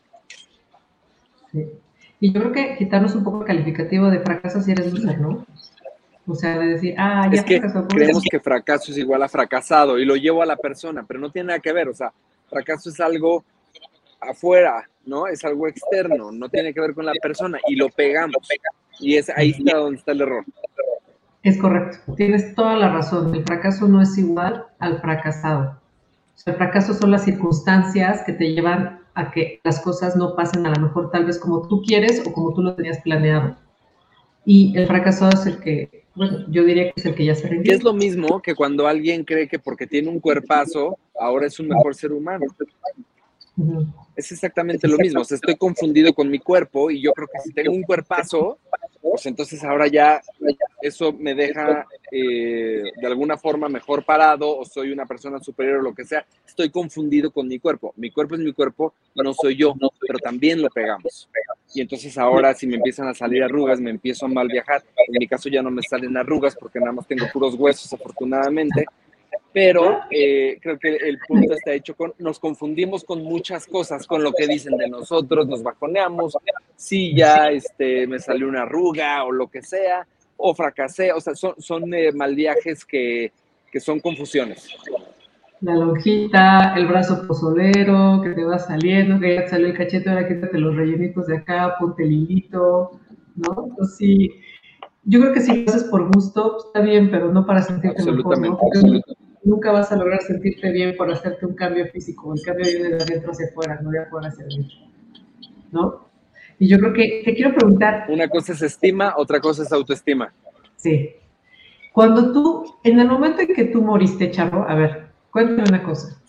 Sí. Y yo creo que quitarnos un poco el calificativo de fracaso si eres loser, ¿no? O sea, de decir, ya
Es que
fracasó.
creemos que fracaso es igual a fracasado y lo llevo a la persona, pero no tiene nada que ver. O sea, fracaso es algo afuera, ¿no? Es algo externo, no tiene que ver con la persona y lo pegamos. Y ahí está donde está el error.
Es correcto, tienes toda la razón. El fracaso no es igual al fracasado. O sea, el fracaso son las circunstancias que te llevan a que las cosas no pasen a lo mejor tal vez como tú quieres o como tú lo tenías planeado. Y el fracasado es el que, bueno, yo diría que es el que ya se
Que
rindió.
es lo mismo que cuando alguien cree que porque tiene un cuerpazo, ahora es un mejor ser humano.
Uh-huh.
Es exactamente lo mismo. O sea, estoy confundido con mi cuerpo y yo creo que si tengo un cuerpazo, pues entonces ahora ya eso me deja de alguna forma mejor parado o soy una persona superior o lo que sea. Estoy confundido con mi cuerpo. Mi cuerpo es mi cuerpo, no soy yo, pero también lo pegamos. Y entonces ahora si me empiezan a salir arrugas, me empiezo a mal viajar. En mi caso ya no me salen arrugas porque nada más tengo puros huesos, afortunadamente. Pero creo que el punto está hecho con, nos confundimos con muchas cosas, con lo que dicen de nosotros, nos bajoneamos, si ya me salió una arruga o lo que sea, o fracasé, o sea, son mal viajes que son confusiones.
La lonjita, el brazo pozolero, que te va saliendo, que ya te salió el cachete, ahora quítate los rellenitos de acá, ponte el hilito, ¿no? Entonces sí, yo creo que si lo haces por gusto, pues, está bien, pero no para sentirte mejor, ¿no? Porque nunca vas a lograr sentirte bien por hacerte un cambio físico. El cambio viene de adentro hacia afuera, no de afuera hacia adentro, ¿no? Y yo creo que te quiero preguntar.
Una cosa es estima, otra cosa es autoestima.
Sí. Cuando tú, en el momento en que tú moriste, Charro, a ver, cuéntame una cosa.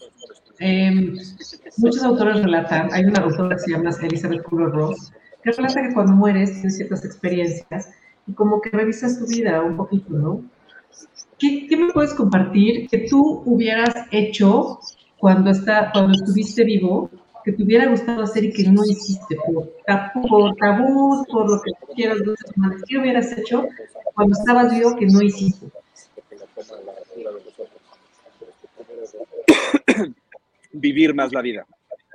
Muchos autores relatan, hay una autora que se llama Elizabeth Kubler-Ross, que relata que cuando mueres tienes ciertas experiencias y como que revisas tu vida un poquito, ¿no? ¿Qué me puedes compartir que tú hubieras hecho cuando estuviste vivo, que te hubiera gustado hacer y que no hiciste, por tabús, por lo que quieras, ¿qué hubieras hecho cuando estabas vivo que no hiciste?
Vivir más la vida.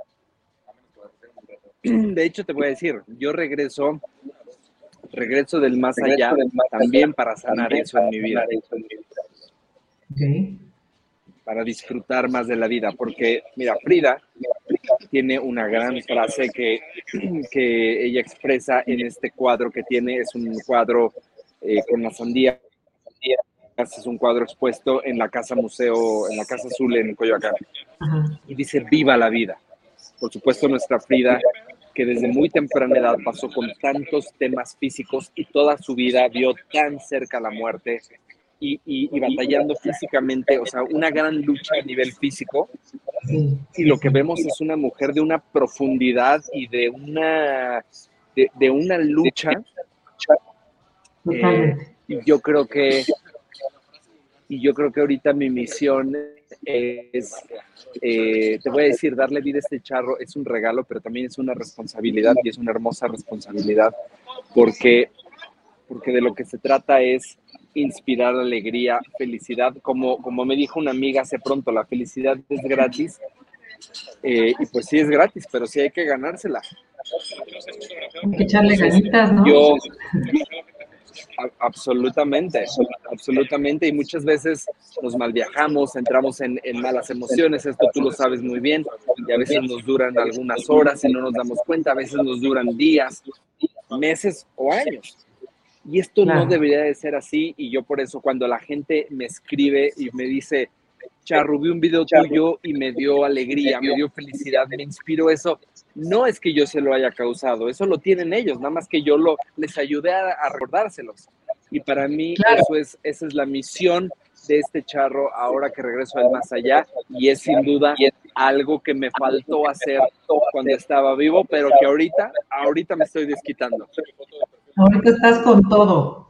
De hecho, te voy a decir, yo regreso del más allá también para sanar eso en mi vida.
Okay.
Para disfrutar más de la vida, porque mira, Frida tiene una gran frase que ella expresa en este cuadro que tiene, es un cuadro con la sandía, es un cuadro expuesto en la Casa Museo, en la Casa Azul en Coyoacán.
Ajá.
Y dice, viva la vida. Por supuesto, nuestra Frida, que desde muy temprana edad pasó con tantos temas físicos y toda su vida vio tan cerca la muerte y batallando físicamente, o sea, una gran lucha a nivel físico.
Sí,
y lo que vemos es una mujer de una profundidad y de una lucha. Y yo creo que ahorita mi misión es, te voy a decir, darle vida a este charro es un regalo, pero también es una responsabilidad y es una hermosa responsabilidad porque de lo que se trata es inspirar alegría, felicidad. Como me dijo una amiga hace pronto, la felicidad es gratis. Y pues sí es gratis, pero sí hay que ganársela.
Hay que echarle ganitas, ¿no?
Absolutamente, y muchas veces nos malviajamos, entramos en malas emociones, esto tú lo sabes muy bien, y a veces nos duran algunas horas y no nos damos cuenta, a veces nos duran días, meses o años. Y esto no debería de ser así, y yo por eso cuando la gente me escribe y me dice, Charro, vi un video tuyo y me dio alegría, me dio felicidad, me inspiró eso. No es que yo se lo haya causado, eso lo tienen ellos, nada más que yo les ayudé a recordárselos. Y para mí esa es la misión de este charro ahora que regreso al más allá, y es sin duda algo que me faltó hacer cuando estaba vivo, pero que ahorita me estoy desquitando.
Ahorita estás con todo.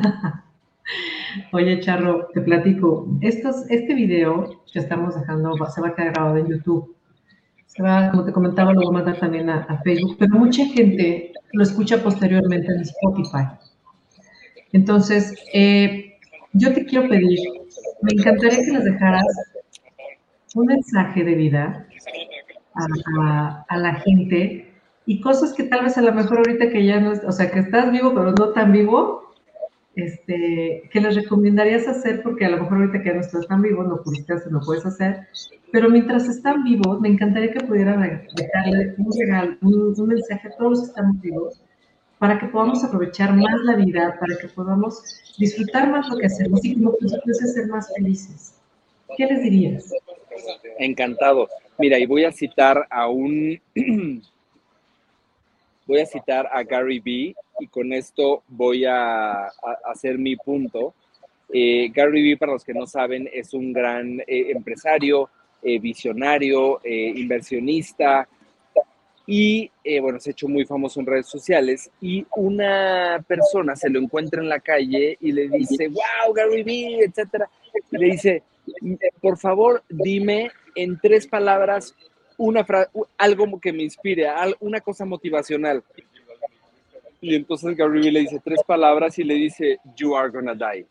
Oye, Charro, te platico. Este video que estamos dejando se va a quedar grabado en YouTube. Como te comentaba, lo voy a mandar también a Facebook, pero mucha gente lo escucha posteriormente en Spotify. Entonces, yo te quiero pedir, me encantaría que les dejaras un mensaje de vida a la gente y cosas que tal vez a lo mejor ahorita que ya no, o sea, que estás vivo pero no tan vivo, que les recomendarías hacer porque a lo mejor ahorita que ya no estás tan vivo, no pudiste hacer, no puedes hacer, pero mientras están vivos, me encantaría que pudieran dejarle un regalo, un mensaje a todos los que estamos vivos para que podamos aprovechar más la vida, para que podamos disfrutar más lo que hacemos y como consecuencia ser más felices. ¿Qué les dirías?
Encantado. Mira, y voy a citar a voy a citar a Gary Vee y con esto voy a hacer mi punto. Gary Vee, para los que no saben, es un gran empresario, visionario, inversionista y, bueno, se ha hecho muy famoso en redes sociales y una persona se lo encuentra en la calle y le dice, wow, Gary Vee, etcétera. Y le dice, por favor, dime en 3 palabras algo que me inspire, una cosa motivacional. Y entonces Gary Vee le dice 3 palabras y le dice, you are gonna die.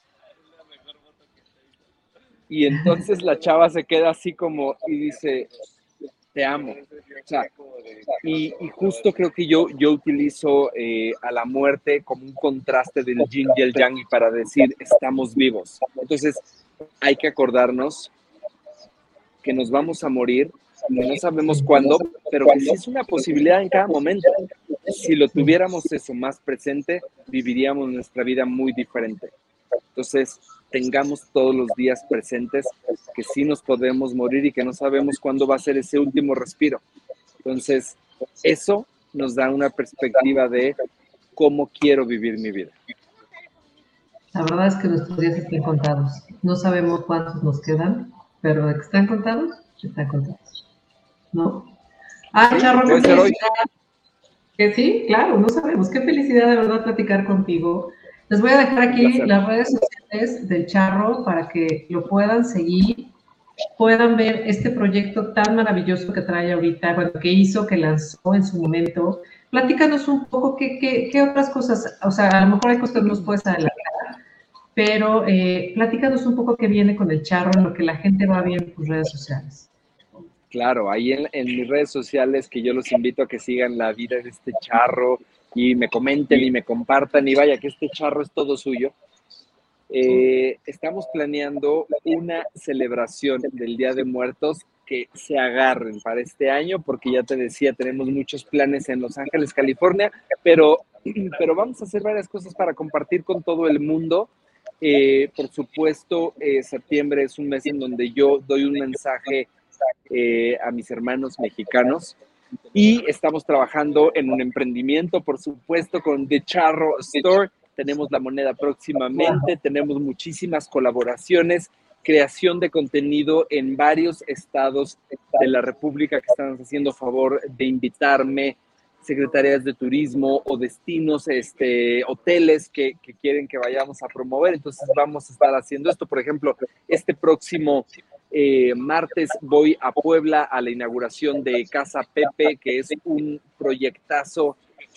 Y entonces la chava se queda así como y dice, te amo. O sea, y justo creo que yo utilizo a la muerte como un contraste del yin y el yang y para decir, estamos vivos. Entonces, hay que acordarnos que nos vamos a morir, que no sabemos cuándo, pero que sí es una posibilidad en cada momento. Si lo tuviéramos eso más presente, viviríamos nuestra vida muy diferente. Entonces, tengamos todos los días presentes que sí nos podemos morir y que no sabemos cuándo va a ser ese último respiro. Entonces, eso nos da una perspectiva de cómo quiero vivir mi vida.
La verdad es que nuestros días están contados. No sabemos cuántos nos quedan, pero de que están contados, ¿no? Ay,
Sí,
Charro, qué
puede ser hoy.
felicidad. Que sí, claro, no sabemos. Qué felicidad de verdad platicar contigo. Les voy a dejar aquí las redes sociales del Charro para que lo puedan seguir, puedan ver este proyecto tan maravilloso que trae ahorita, bueno, que hizo, que lanzó en su momento. Platícanos un poco qué otras cosas, o sea, a lo mejor hay cosas que no nos puedes adelantar, pero platícanos un poco qué viene con el Charro, en lo que la gente va a ver en tus redes sociales.
Claro, ahí en mis redes sociales que yo los invito a que sigan la vida de este Charro y me comenten y me compartan y vaya que este Charro es todo suyo. Estamos planeando una celebración del Día de Muertos que se agarren para este año porque ya te decía, tenemos muchos planes en Los Ángeles, California, pero vamos a hacer varias cosas para compartir con todo el mundo. Por supuesto, septiembre es un mes en donde yo doy un mensaje a mis hermanos mexicanos y estamos trabajando en un emprendimiento, por supuesto, con The Charro Store. Tenemos la moneda próximamente, tenemos muchísimas colaboraciones, creación de contenido en varios estados de la República que están haciendo favor de invitarme, secretarías de turismo o destinos, hoteles que quieren que vayamos a promover. Entonces vamos a estar haciendo esto. Por ejemplo, este próximo martes voy a Puebla a la inauguración de Casa Pepe, que es un proyectazo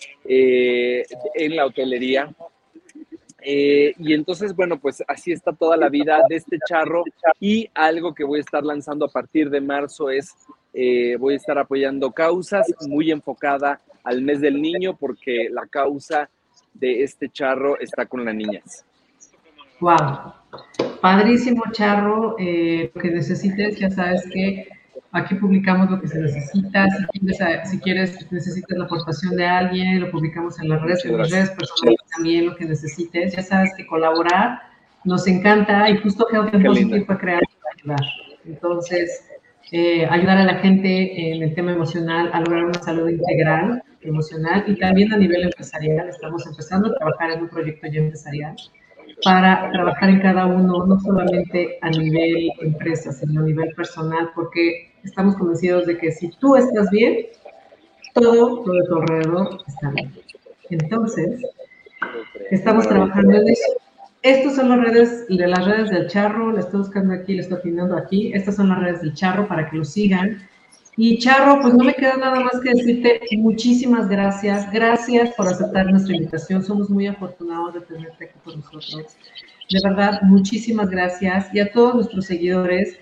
en la hotelería. Y entonces, bueno, pues así está toda la vida de este Charro y algo que voy a estar lanzando a partir de marzo es, voy a estar apoyando causas muy enfocada al mes del niño porque la causa de este Charro está con las niñas.
Wow, padrísimo, Charro. Lo que necesites, ya sabes que aquí publicamos lo que se necesita. Si quieres, necesitas la aportación de alguien, lo publicamos en las redes, en mis redes personales también, lo que necesites. Ya sabes que colaborar nos encanta y justo Health and Positive fue creado para ayudar. Entonces, ayudar a la gente en el tema emocional a lograr una salud integral, emocional y también a nivel empresarial. Estamos empezando a trabajar en un proyecto ya empresarial para trabajar en cada uno, no solamente a nivel empresa, sino a nivel personal, porque estamos convencidos de que si tú estás bien, todo de tu alrededor está bien. Entonces, estamos trabajando en eso. Estas son las redes del Charro, le estoy buscando aquí, le estoy afinando aquí. Estas son las redes del Charro para que lo sigan. Y Charro, pues no me queda nada más que decirte muchísimas gracias. Gracias por aceptar nuestra invitación. Somos muy afortunados de tenerte aquí con nosotros. De verdad, muchísimas gracias. Y a todos nuestros seguidores,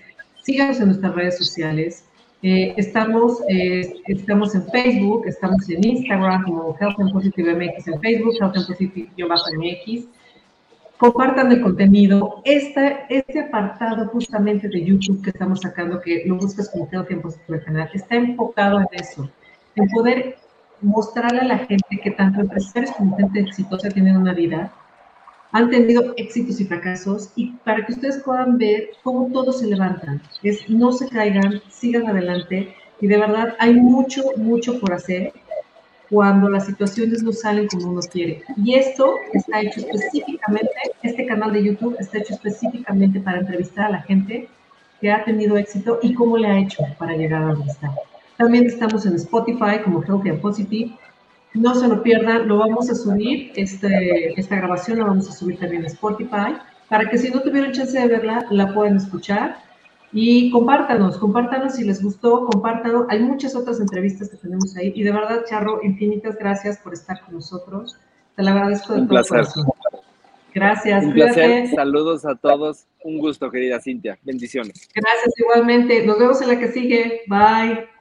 Síganos en nuestras redes sociales. Estamos en Facebook, estamos en Instagram como Health and Positive MX en Facebook, Health and Positive-MX. Compartan el contenido. Este apartado justamente de YouTube que estamos sacando, que lo buscas como Health and Positive canal, está enfocado en eso, en poder mostrarle a la gente que tanto empresarios como gente exitosa tienen una vida, han tenido éxitos y fracasos, y para que ustedes puedan ver cómo todos se levantan. No se caigan, sigan adelante, y de verdad hay mucho, mucho por hacer cuando las situaciones no salen como uno quiere. Y esto está hecho específicamente, este canal de YouTube está hecho específicamente para entrevistar a la gente que ha tenido éxito y cómo le ha hecho para llegar a donde está. También estamos en Spotify como Healthy and Positive. No se lo pierdan, lo vamos a subir, esta grabación la vamos a subir también a Spotify, para que si no tuvieron chance de verla, la puedan escuchar. Y compártanos si les gustó, compártanos. Hay muchas otras entrevistas que tenemos ahí. Y de verdad, Charro, infinitas gracias por estar con nosotros. Te lo agradezco de todo corazón. Gracias,
un
cuídate.
Placer. Saludos a todos. Un gusto, querida Cintia. Bendiciones.
Gracias igualmente. Nos vemos en la que sigue. Bye.